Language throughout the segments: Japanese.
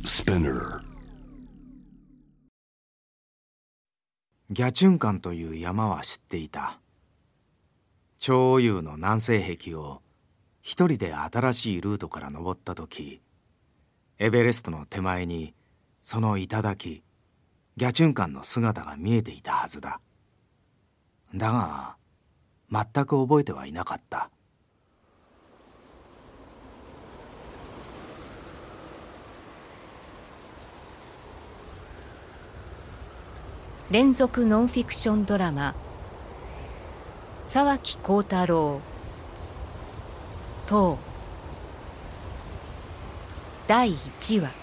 Spinner。 ギャチュンカンという山は知っていた。超欧の南西壁を一人で新しいルートから登った時、エベレストの手前にその頂、ギャチュンカンの姿が見えていたはずだ。だが全く覚えてはいなかった。 連続ノンフィクションドラマ沢木耕太郎等第1話。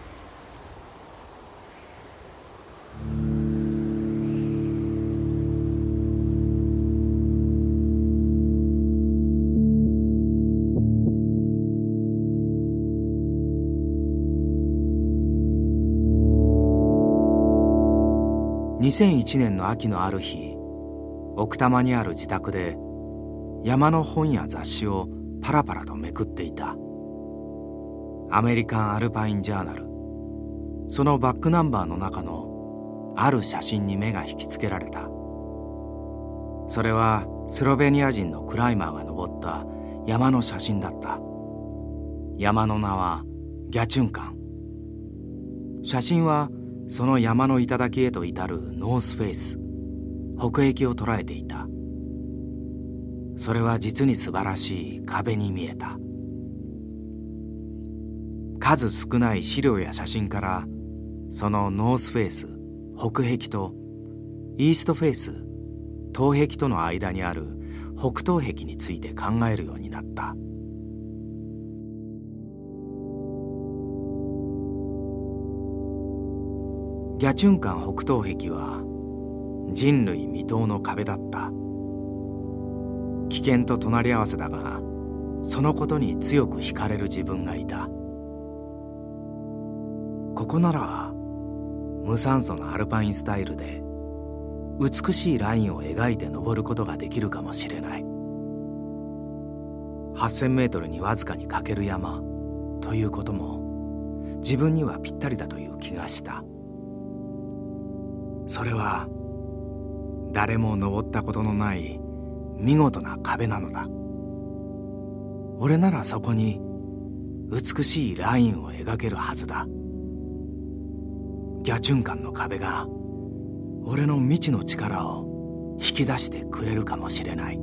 2001年の秋のある日、奥多摩にある自宅で山の本や雑誌をパラパラとめくっていた。アメリカン・アルパイン・ジャーナル、そのバックナンバーの中のある写真に目が引きつけられた。それはスロベニア人のクライマーが登った山の写真だった。山の名はギャチュンカン。写真はその山の頂へと至るノースフェイス、北壁を捉えていた。それは実に素晴らしい壁に見えた。数少ない資料や写真からそのノースフェイス、北壁とイーストフェイス、東壁との間にある北東壁について考えるようになった。ギャチュンカン北東壁は人類未踏の壁だった。危険と隣り合わせだが、そのことに強く惹かれる自分がいた。ここなら無酸素のアルパインスタイルで美しいラインを描いて登ることができるかもしれない。8000メートルにわずかに欠ける山ということも自分にはぴったりだという気がした。それは誰も登ったことのない見事な壁なのだ。俺ならそこに美しいラインを描けるはずだ。ギャチュンカンの壁が俺の未知の力を引き出してくれるかもしれない。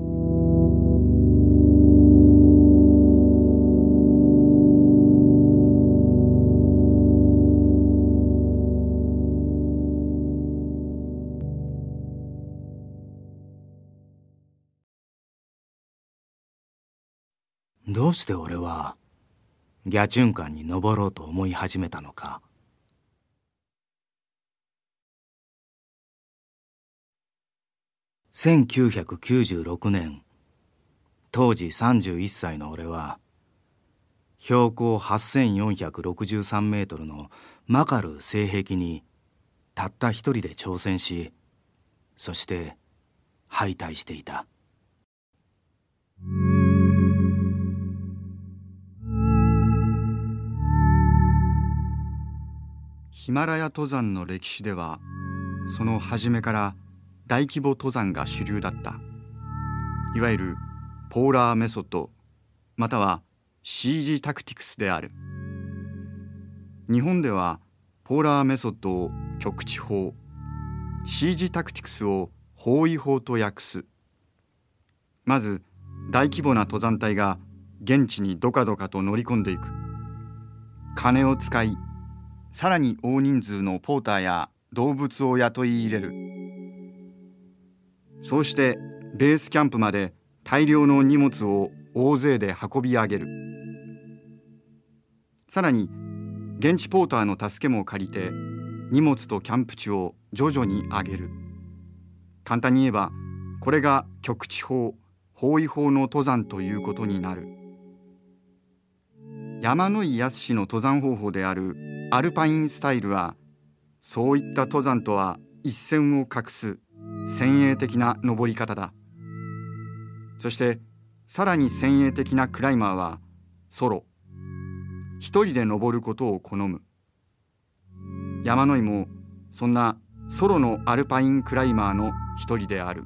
どうして俺はギャチュンカンに登ろうと思い始めたのか。1996年、当時31歳の俺は標高8463メートルのマカル西壁にたった一人で挑戦し、そして敗退していた。 ヒマラヤ登山の歴史では、その初めから大規模登山が主流だった。いわゆるポーラーメソッド、またはシージタクティクスである。日本ではポーラーメソッドを局地法、シージタクティクスを包囲法と訳す。まず大規模な登山隊が現地にどかどかと乗り込んでいく。金を使い、さらに大人数のポーターや動物を雇い入れる。そうしてベースキャンプまで大量の荷物を大勢で運び上げる。さらに現地ポーターの助けも借りて荷物とキャンプ地を徐々に上げる。簡単に言えばこれが局地法、包囲法の登山ということになる。山井康の登山方法であるアルパインスタイルは、そういった登山とは一線を画す先鋭的な登り方だ。そしてさらに先鋭的なクライマーはソロ、一人で登ることを好む。 山野井もそんなソロのアルパインクライマーの一人である。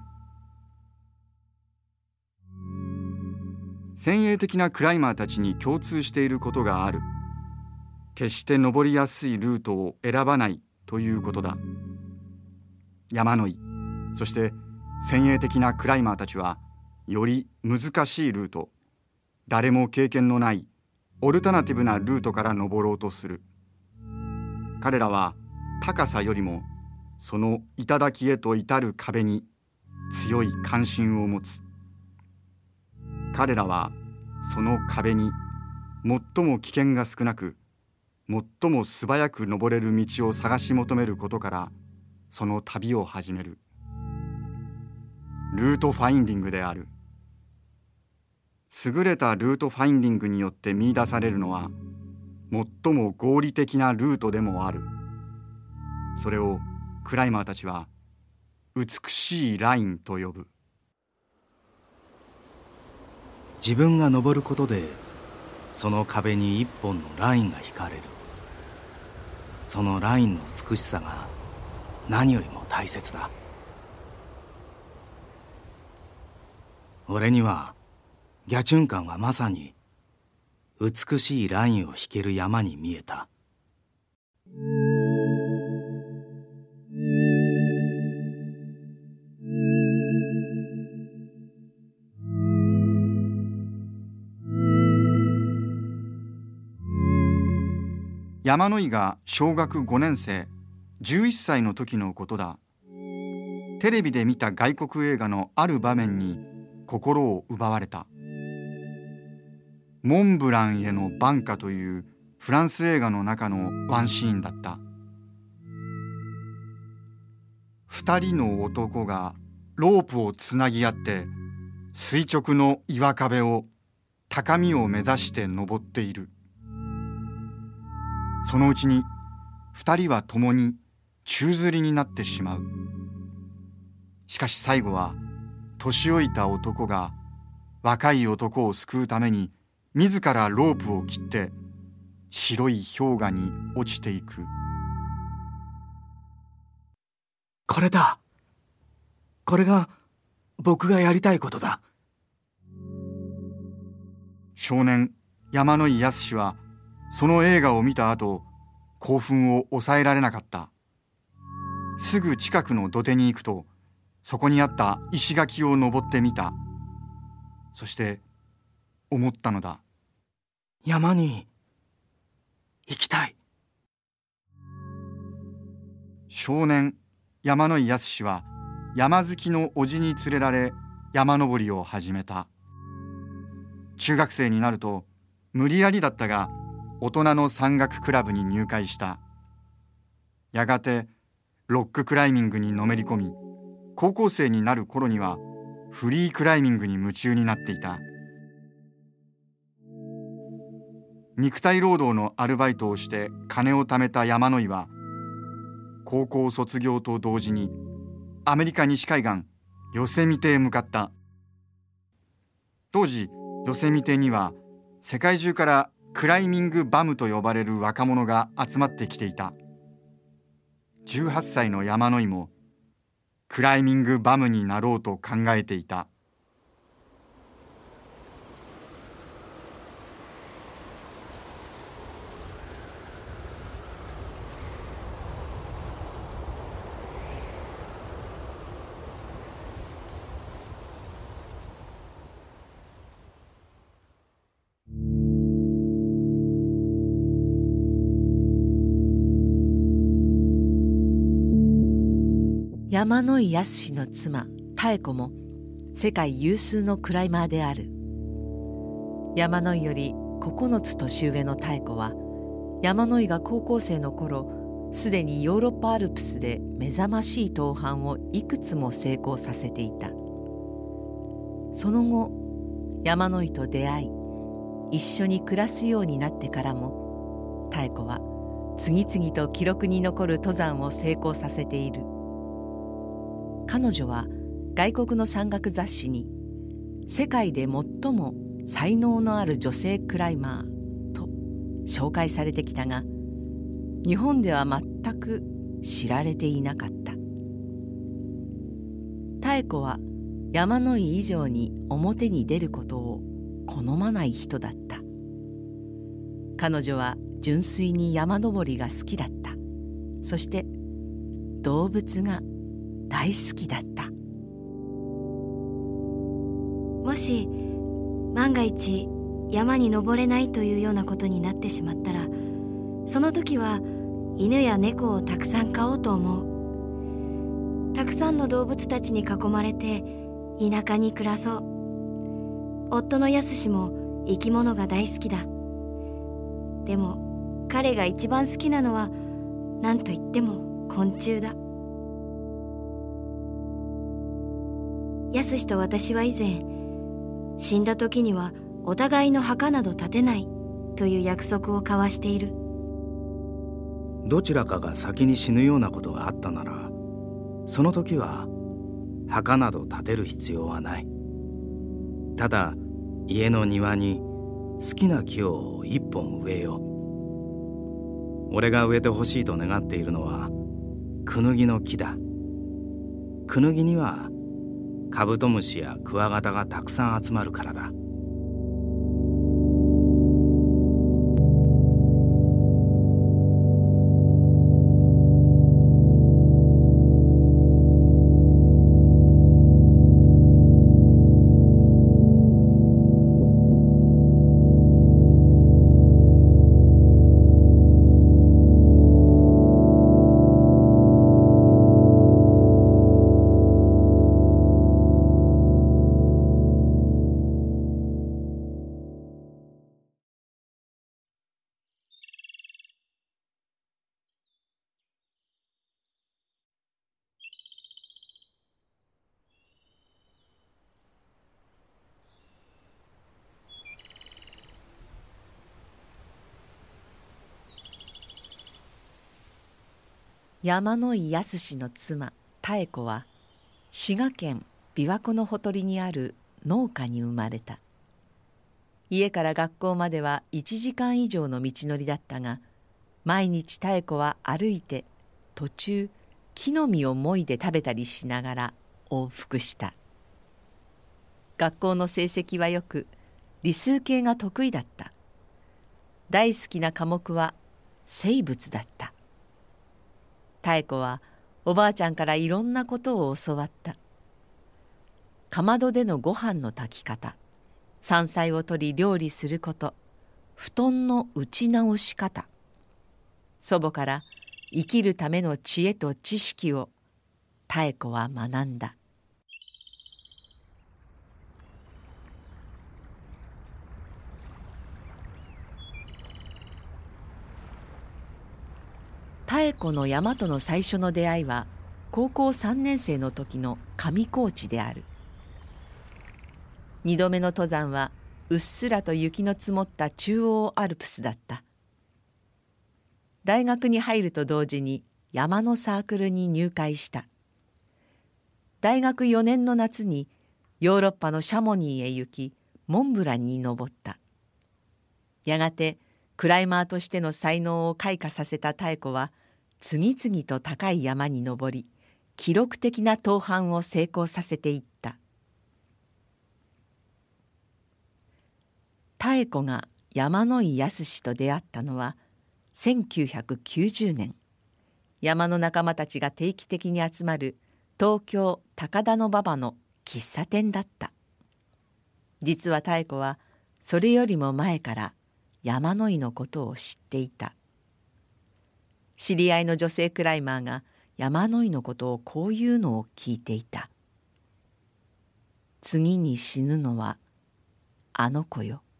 先鋭的なクライマーたちに共通していることがある。決して登りやすいルートを選ばないということだ。山野井、そして先鋭的なクライマーたちはより難しいルート、誰も経験のないオルタナティブなルートから登ろうとする。彼らは高さよりもその頂へと至る壁に強い関心を持つ。彼らはその壁に最も危険が少なく、最も素早く登れる道を探し求めることからその旅を始める。ルートファインディングである。優れたルートファインディングによって見出されるのは最も合理的なルートでもある。それをクライマーたちは美しいラインと呼ぶ。 自分が登ることでその壁に一本のラインが引かれる。そのラインの美しさが何よりも大切だ。俺にはギャチュンカンはまさに美しいラインを引ける山に見えた。 山野井が小学5年生、11歳の時のことだ。テレビで見た外国映画のある場面に心を奪われた。モンブランへの挽歌というフランス映画の中のワンシーンだった。2人の男がロープをつなぎ合って垂直の岩壁を高みを目指して登っている。そのうちに2人は共に宙吊りになってしまう。しかし最後は年老いた男が若い男を救うために自らロープを切って白い氷河に落ちていく。 これだ。これが僕がやりたいことだ。 少年山野井泰はその映画を見た後、興奮を抑えられなかった。すぐ近くの土手に行くと、そこにあった石垣を登ってみた。そして思ったのだ。 山に行きたい。 少年山野井泰は山好きの叔父に連れられ山登りを始めた。中学生になると無理やりだったが大人の山岳クラブに入会した。やがてロッククライミングにのめり込み、高校生になる頃にはフリークライミングに夢中になっていた。肉体労働のアルバイトをして金を貯めた山野井は、高校卒業と同時にアメリカ西海岸ヨセミテへ向かった。当時ヨセミテには世界中からクライミングバムと呼ばれる若者が集まってきていた。18歳の山野井もクライミングバムになろうと考えていた。 山野井泰の妻妙子も世界有数のクライマーである。山野井より9つ年上の妙子は、山野井が高校生の頃すでにヨーロッパアルプスで目覚ましい登攀をいくつも成功させていた。その後山野井と出会い、一緒に暮らすようになってからも妙子は次々と記録に残る登山を成功させている。彼女は外国の山岳雑誌に世界で最も才能のある女性クライマーと紹介されてきたが、 日本では全く知られていなかった。妙子は山井以上に表に出ることを好まない人だった。彼女は純粋に山登りが好きだった。そして動物が大好きだった。 もし万が一山に登れないというようなことになってしまったら、その時は犬や猫をたくさん飼おうと思う。たくさんの動物たちに囲まれて田舎に暮らそう。夫の康も生き物が大好きだ。でも彼が一番好きなのは何と言っても昆虫だ。康と私は以前、死んだ時にはお互いの墓など建てないという約束を交わしている。 どちらかが先に死ぬようなことがあったなら、その時は墓など建てる必要はない。ただ家の庭に好きな木を一本植えよう。俺が植えてほしいと願っているのはクヌギの木だ。クヌギにはカブトムシやクワガタがたくさん集まるからだ。 山井康の妻妙子は滋賀県琵琶湖のほとりにある農家に生まれた。家から学校までは1時間以上の道のりだったが、毎日妙子は歩いて途中木の実をもいで食べたりしながら往復した。学校の成績はよく、理数系が得意だった。大好きな科目は生物だった。妙子はおばあちゃんからいろんなことを教わった。かまどでのご飯の炊き方、山菜を取り料理すること、布団の打ち直し方、祖母から生きるための知恵と知識を妙子は学んだ。妙子の山との最初の出会いは高校3年生の時の上高地である。2度目の登山はうっすらと雪の積もった中央アルプスだった。大学に入ると同時に山のサークルに入会した。大学4年の夏にヨーロッパのシャモニーへ行き、モンブランに登った。やがてクライマーとしての才能を開花させた妙子は次々と高い山に登り、記録的な登攀を成功させていった。妙子が山井康と出会ったのは1990年、山の仲間たちが定期的に集まる東京高田馬場の喫茶店だった。実は妙子はそれよりも前から山井のことを知っていた。知り合いの女性クライマーが山井のことをこういうのを聞いていた。次に死ぬのはあの子よ。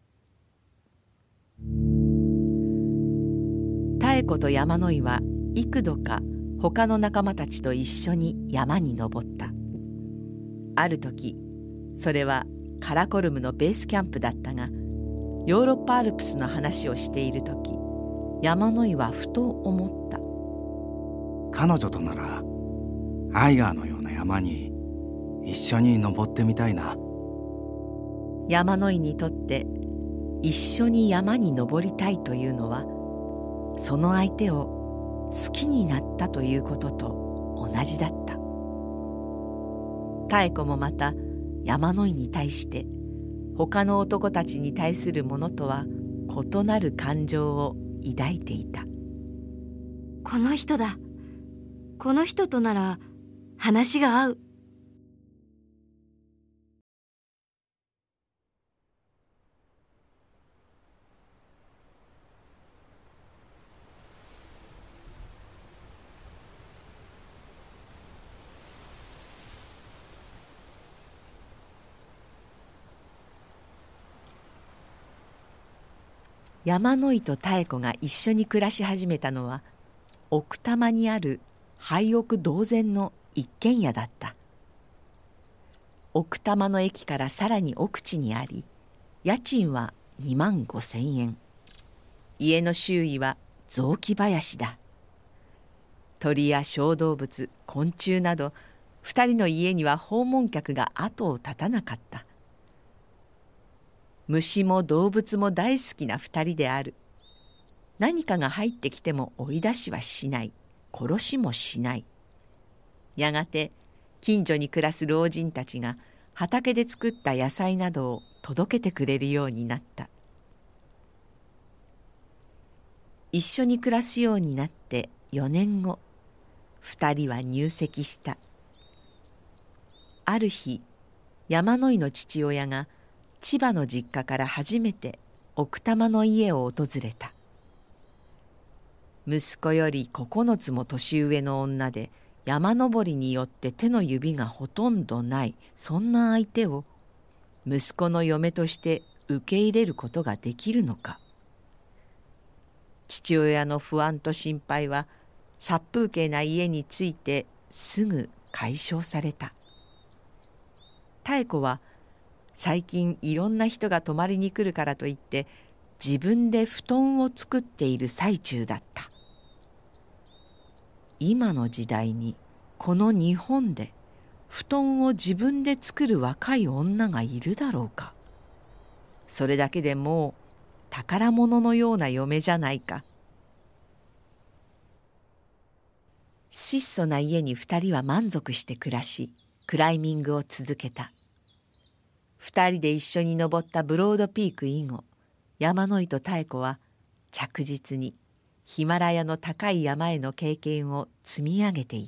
妙子と山井は幾度か他の仲間たちと一緒に山に登った。ある時、それはカラコルムのベースキャンプだったが、ヨーロッパアルプスの話をしている時、山井はふと思った。 彼女とならアイガーのような山に一緒に登ってみたいな。 山井にとって一緒に山に登りたいというのは、その相手を好きになったということと同じだった。妙子もまた山野井に対して他の男たちに対するものとは異なる感情を抱いていた。 この人だ。この人となら話が合う。 山野井と妙子が一緒に暮らし始めたのは奥多摩にある廃屋同然の一軒家だった。奥多摩の駅からさらに奥地にあり、家賃は25,000円。家の周囲は雑木林だ。鳥や小動物、昆虫など2人の家には訪問客が後を絶たなかった。虫も動物も大好きな2人である。何かが入ってきても追い出しはしない。殺しもしない。やがて近所に暮らす老人たちが畑で作った野菜などを届けてくれるようになった。一緒に暮らすようになって4年後、2人は入籍した。ある日、山野井の父親が千葉の実家から初めて奥多摩の家を訪れた。息子より9つも年上の女で山登りによって手の指がほとんどない、そんな相手を息子の嫁として受け入れることができるのか。父親の不安と心配は殺風景な家についてすぐ解消された。妙子は最近いろんな人が泊まりに来るからといって自分で布団を作っている最中だった。今の時代にこの日本で布団を自分で作る若い女がいるだろうか。それだけでもう宝物のような嫁じゃないか。質素な家に2人は満足して暮らし、クライミングを続けた。2人で一緒に登ったブロードピーク以後、山野井と妙子は着実にヒマラヤの高い山への経験を積み上げていった。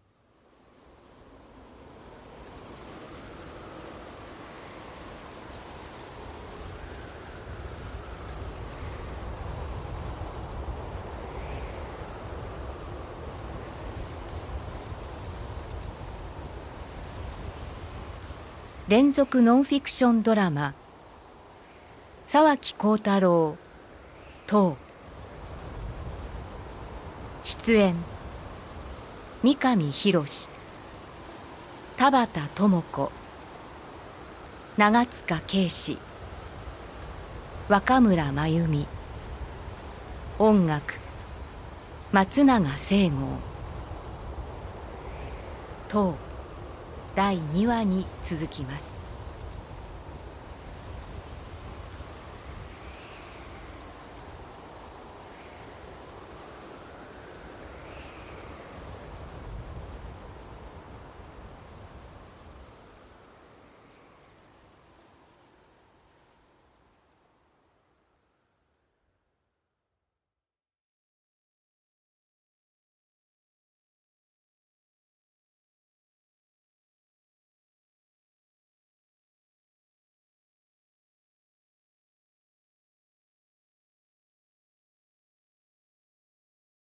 連続ノンフィクションドラマ沢木耕太郎等。出演三上博史、田畑智子、長塚圭史、若村真由美。音楽松永聖剛等。第2話に続きます。